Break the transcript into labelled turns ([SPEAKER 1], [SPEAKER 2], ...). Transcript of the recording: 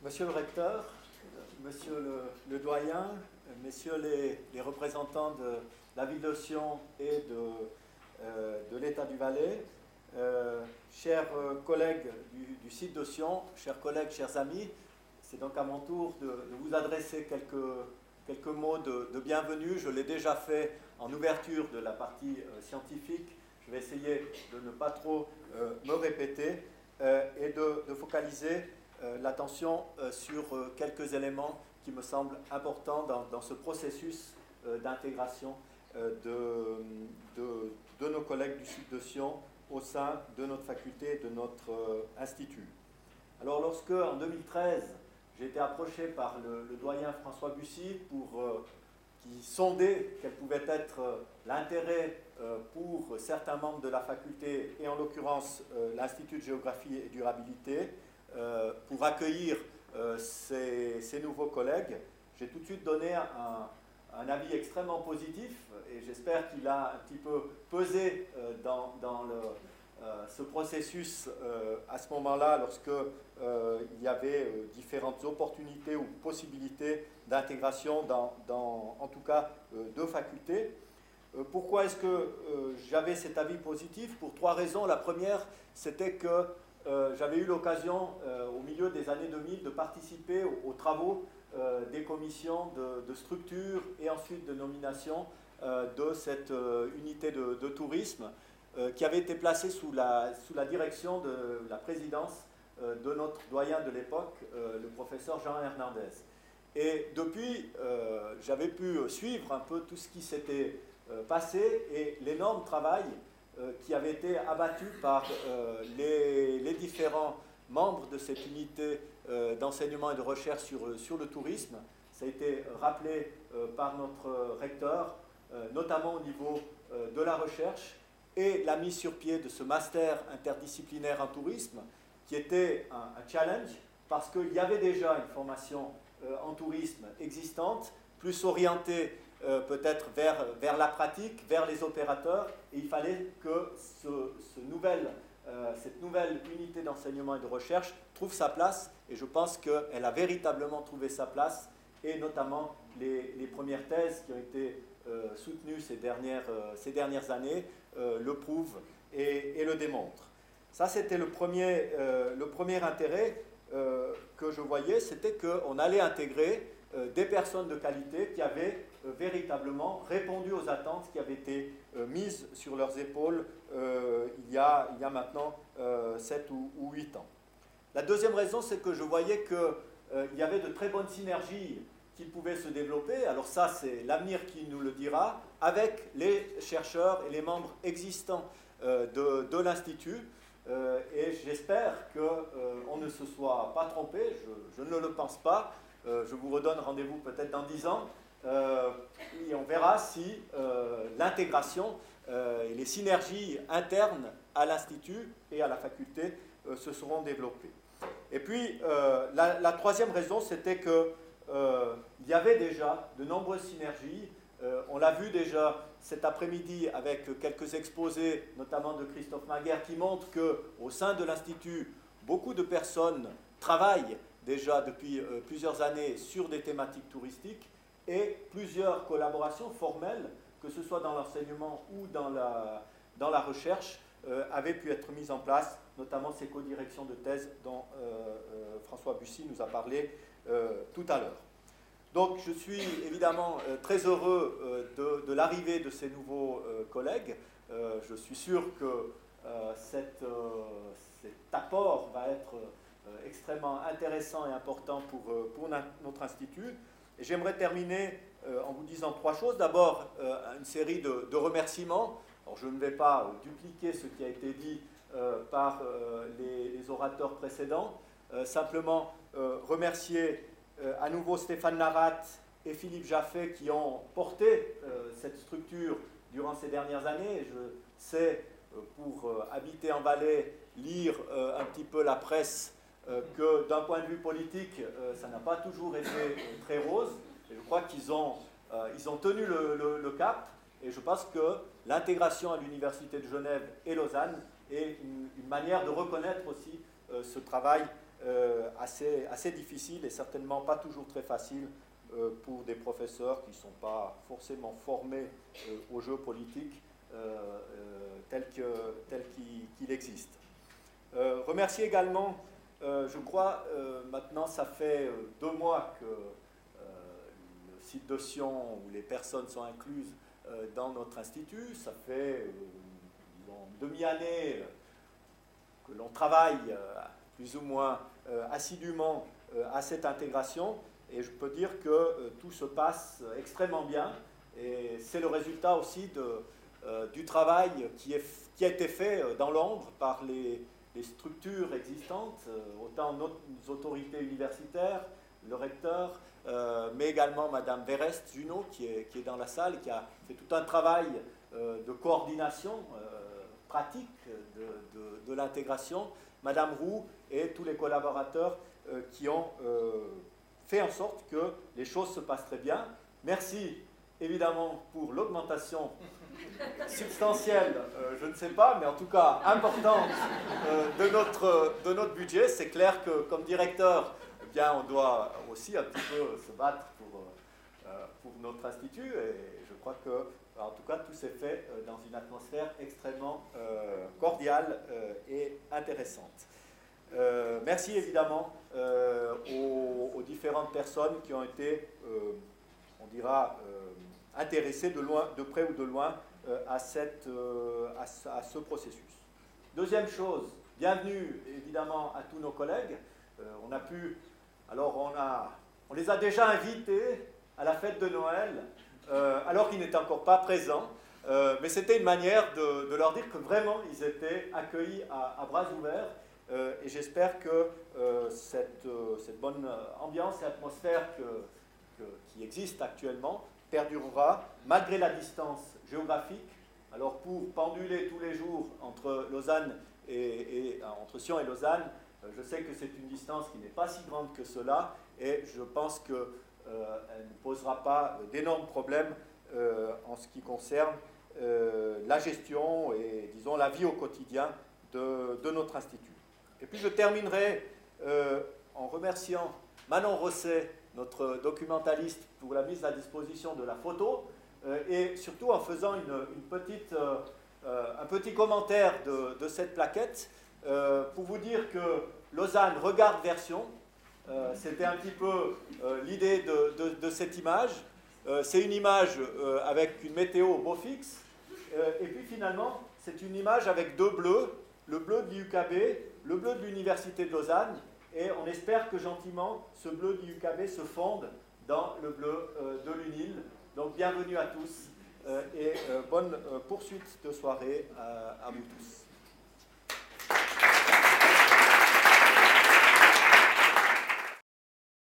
[SPEAKER 1] Monsieur le recteur, monsieur le doyen, messieurs les représentants de la ville de Sion et de l'État du Valais, chers collègues du site de Sion, chers collègues, chers amis, c'est donc à mon tour de vous adresser quelques mots de bienvenue. Je l'ai déjà fait en ouverture de la partie scientifique. Je vais essayer de ne pas trop me répéter et de focaliser l'attention sur quelques éléments qui me semblent importants dans ce processus d'intégration de nos collègues du sud de Sion au sein de notre faculté et de notre institut. Alors lorsque, en 2013, j'ai été approché par le doyen François Bussy qui sondait quel pouvait être l'intérêt pour certains membres de la faculté, et en l'occurrence l'Institut de géographie et durabilité, pour accueillir ces nouveaux collègues, j'ai tout de suite donné un avis extrêmement positif, et j'espère qu'il a un petit peu pesé dans ce processus à ce moment-là, lorsque il y avait différentes opportunités ou possibilités d'intégration dans en tout cas deux facultés. Pourquoi est-ce que j'avais cet avis positif? Pour trois raisons. La première, c'était que j'avais eu l'occasion, au milieu des années 2000, de participer aux travaux des commissions de structure et ensuite de nomination de cette unité de tourisme qui avait été placée sous la direction de la présidence de notre doyen de l'époque, le professeur Jean Hernandez. Et depuis, j'avais pu suivre un peu tout ce qui s'était passé et l'énorme travail qui avait été abattu par les différents membres de cette unité d'enseignement et de recherche sur le tourisme. Ça a été rappelé par notre recteur, notamment au niveau de la recherche et la mise sur pied de ce master interdisciplinaire en tourisme, qui était un challenge, parce qu'il y avait déjà une formation en tourisme existante, plus orientée peut-être vers la pratique, vers les opérateurs, et il fallait que cette nouvelle unité d'enseignement et de recherche trouve sa place, et je pense qu'elle a véritablement trouvé sa place, et notamment les premières thèses qui ont été soutenues ces dernières années le prouvent et le démontrent. Ça, c'était le premier intérêt que je voyais, c'était qu'on allait intégrer des personnes de qualité qui avaient véritablement répondu aux attentes qui avaient été mises sur leurs épaules il y a maintenant 7 ou 8 ans. La deuxième raison, c'est que je voyais qu'il y avait de très bonnes synergies qui pouvaient se développer. Alors ça, c'est l'avenir qui nous le dira, avec les chercheurs et les membres existants de l'Institut. Et j'espère qu'on ne se soit pas trompé, je ne le pense pas. Je vous redonne rendez-vous peut-être dans 10 ans, et on verra si l'intégration et les synergies internes à l'Institut et à la faculté se seront développées. Et puis, la troisième raison, c'était qu'il y avait déjà de nombreuses synergies. On l'a vu déjà cet après-midi avec quelques exposés, notamment de Christophe Maguère, qui montrent qu'au sein de l'Institut, beaucoup de personnes travaillent déjà depuis plusieurs années sur des thématiques touristiques, et plusieurs collaborations formelles, que ce soit dans l'enseignement ou dans la recherche, avaient pu être mises en place, notamment ces co-directions de thèse dont François Bussy nous a parlé tout à l'heure. Donc je suis évidemment très heureux de l'arrivée de ces nouveaux collègues. Je suis sûr que cet apport va être extrêmement intéressant et important pour notre institut. Et j'aimerais terminer en vous disant trois choses. D'abord, une série de remerciements. Alors, je ne vais pas dupliquer ce qui a été dit par les orateurs précédents. Simplement remercier à nouveau Stéphane Narat et Philippe Jaffé qui ont porté cette structure durant ces dernières années. Je sais, pour habiter en Valais, lire un petit peu la presse, que d'un point de vue politique, ça n'a pas toujours été très rose. Et je crois qu'ils ont tenu le cap, et je pense que l'intégration à l'Université de Genève et Lausanne est une manière de reconnaître aussi ce travail assez difficile et certainement pas toujours très facile pour des professeurs qui ne sont pas forcément formés au jeu politique tel qu'il existe. Remercier également, je crois, maintenant ça fait 2 mois que le site de Sion, où les personnes sont incluses dans notre institut, ça fait une demi-année que l'on travaille plus ou moins assidûment à cette intégration, et je peux dire que tout se passe extrêmement bien, et c'est le résultat aussi du travail qui a été fait dans l'ombre par les structures existantes, autant nos autorités universitaires, le recteur, mais également Madame Verest Junot, qui est dans la salle, qui a fait tout un travail de coordination pratique de l'intégration, Madame Roux et tous les collaborateurs qui ont fait en sorte que les choses se passent très bien. Merci évidemment pour l'augmentation substantielle, je ne sais pas, mais en tout cas importante de notre budget. C'est clair que comme directeur, eh bien, on doit aussi un petit peu se battre pour notre institut, et je crois que, en tout cas, tout s'est fait dans une atmosphère extrêmement cordiale et intéressante. Merci évidemment aux différentes personnes qui ont été, on dira, intéressées de près ou de loin à ce processus. Deuxième chose, bienvenue évidemment à tous nos collègues. On les a déjà invités à la fête de Noël, alors qu'ils n'étaient encore pas présents, mais c'était une manière de leur dire que vraiment ils étaient accueillis à bras ouverts, et j'espère que cette bonne ambiance et atmosphère qui existe actuellement perdurera malgré la distance géographique. Alors pour penduler tous les jours entre entre Sion et Lausanne, je sais que c'est une distance qui n'est pas si grande que cela, et je pense qu'elle ne posera pas d'énormes problèmes en ce qui concerne la gestion et, disons, la vie au quotidien de notre institut. Et puis je terminerai en remerciant Manon Rosset, notre documentaliste, pour la mise à disposition de la photo, et surtout en faisant un petit commentaire de cette plaquette pour vous dire que Lausanne regarde vers Sion. C'était un petit peu l'idée de cette image. C'est une image avec une météo au beau fixe, et puis finalement c'est une image avec 2 bleus, le bleu de l'UQAB, le bleu de l'Université de Lausanne, et on espère que gentiment ce bleu de l'UQAB se fonde dans le bleu de l'UNIL. Donc bienvenue à tous et bonne poursuite de soirée à vous tous.